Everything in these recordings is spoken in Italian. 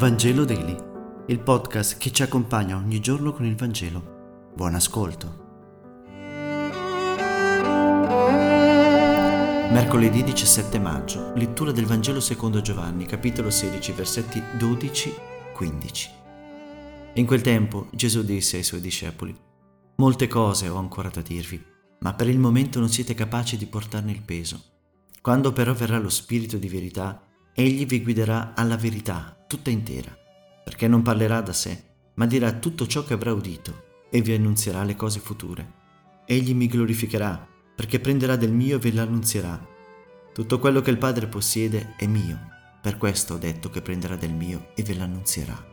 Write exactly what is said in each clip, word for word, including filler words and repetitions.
Vangelo Daily, il podcast che ci accompagna ogni giorno con il Vangelo. Buon ascolto. Mercoledì diciassette maggio, lettura del Vangelo secondo Giovanni, capitolo sedici, versetti dodici quindici. In quel tempo Gesù disse ai suoi discepoli: «Molte cose ho ancora da dirvi, ma per il momento non siete capaci di portarne il peso. Quando però verrà lo Spirito di verità, egli vi guiderà alla verità tutta intera, perché non parlerà da sé, ma dirà tutto ciò che avrà udito e vi annunzierà le cose future. Egli mi glorificherà, perché prenderà del mio e ve l'annunzierà. Tutto quello che il Padre possiede è mio, per questo ho detto che prenderà del mio e ve l'annunzierà».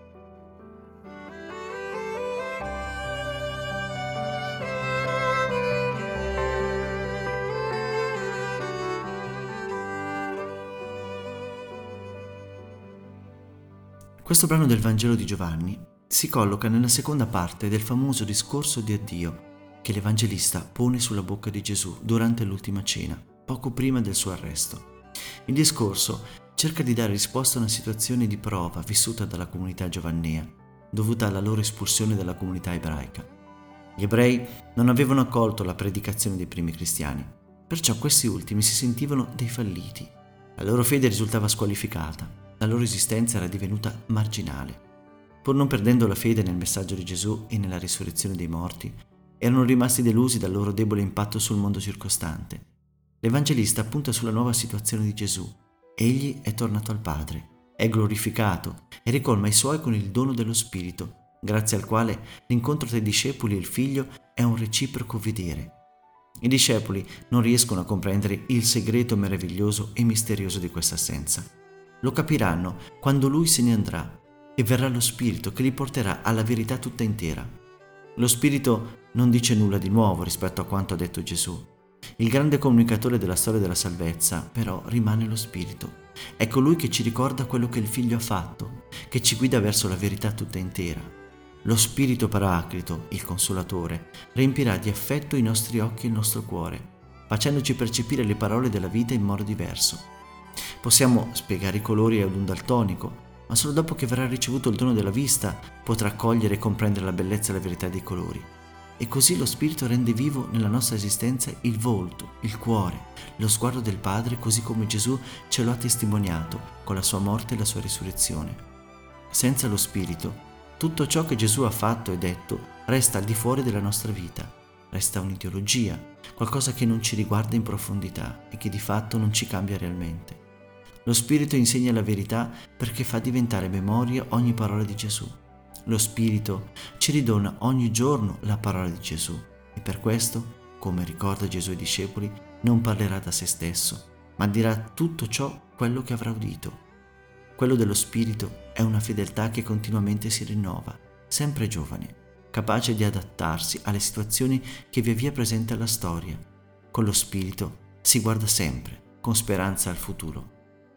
Questo brano del Vangelo di Giovanni si colloca nella seconda parte del famoso discorso di addio che l'Evangelista pone sulla bocca di Gesù durante l'ultima cena, poco prima del suo arresto. Il discorso cerca di dare risposta a una situazione di prova vissuta dalla comunità giovannea, dovuta alla loro espulsione dalla comunità ebraica. Gli ebrei non avevano accolto la predicazione dei primi cristiani, perciò questi ultimi si sentivano dei falliti. La loro fede risultava squalificata. La loro esistenza era divenuta marginale. Pur non perdendo la fede nel messaggio di Gesù e nella risurrezione dei morti, erano rimasti delusi dal loro debole impatto sul mondo circostante. L'Evangelista punta sulla nuova situazione di Gesù. Egli è tornato al Padre, è glorificato e ricolma i suoi con il dono dello Spirito, grazie al quale l'incontro tra i discepoli e il Figlio è un reciproco vedere. I discepoli non riescono a comprendere il segreto meraviglioso e misterioso di questa assenza. Lo capiranno quando Lui se ne andrà e verrà lo Spirito che li porterà alla verità tutta intera. Lo Spirito non dice nulla di nuovo rispetto a quanto ha detto Gesù. Il grande comunicatore della storia della salvezza, però, rimane lo Spirito. È colui che ci ricorda quello che il Figlio ha fatto, che ci guida verso la verità tutta intera. Lo Spirito Paraclito, il Consolatore, riempirà di affetto i nostri occhi e il nostro cuore, facendoci percepire le parole della vita in modo diverso. Possiamo spiegare i colori ad un daltonico, ma solo dopo che avrà ricevuto il dono della vista potrà cogliere e comprendere la bellezza e la verità dei colori. E così lo Spirito rende vivo nella nostra esistenza il volto, il cuore, lo sguardo del Padre, così come Gesù ce lo ha testimoniato con la sua morte e la sua risurrezione. Senza lo Spirito, tutto ciò che Gesù ha fatto e detto resta al di fuori della nostra vita. Resta un'ideologia, qualcosa che non ci riguarda in profondità e che di fatto non ci cambia realmente. Lo Spirito insegna la verità perché fa diventare memoria ogni parola di Gesù. Lo Spirito ci ridona ogni giorno la parola di Gesù e per questo, come ricorda Gesù ai discepoli, non parlerà da se stesso, ma dirà tutto ciò quello che avrà udito. Quello dello Spirito è una fedeltà che continuamente si rinnova, sempre giovane, capace di adattarsi alle situazioni che via via presenta la storia. Con lo Spirito si guarda sempre con speranza al futuro.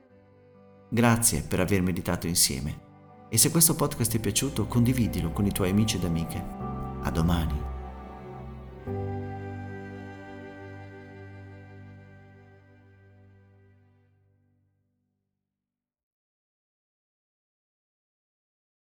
Grazie per aver meditato insieme e se questo podcast ti è piaciuto condividilo con i tuoi amici ed amiche. A domani.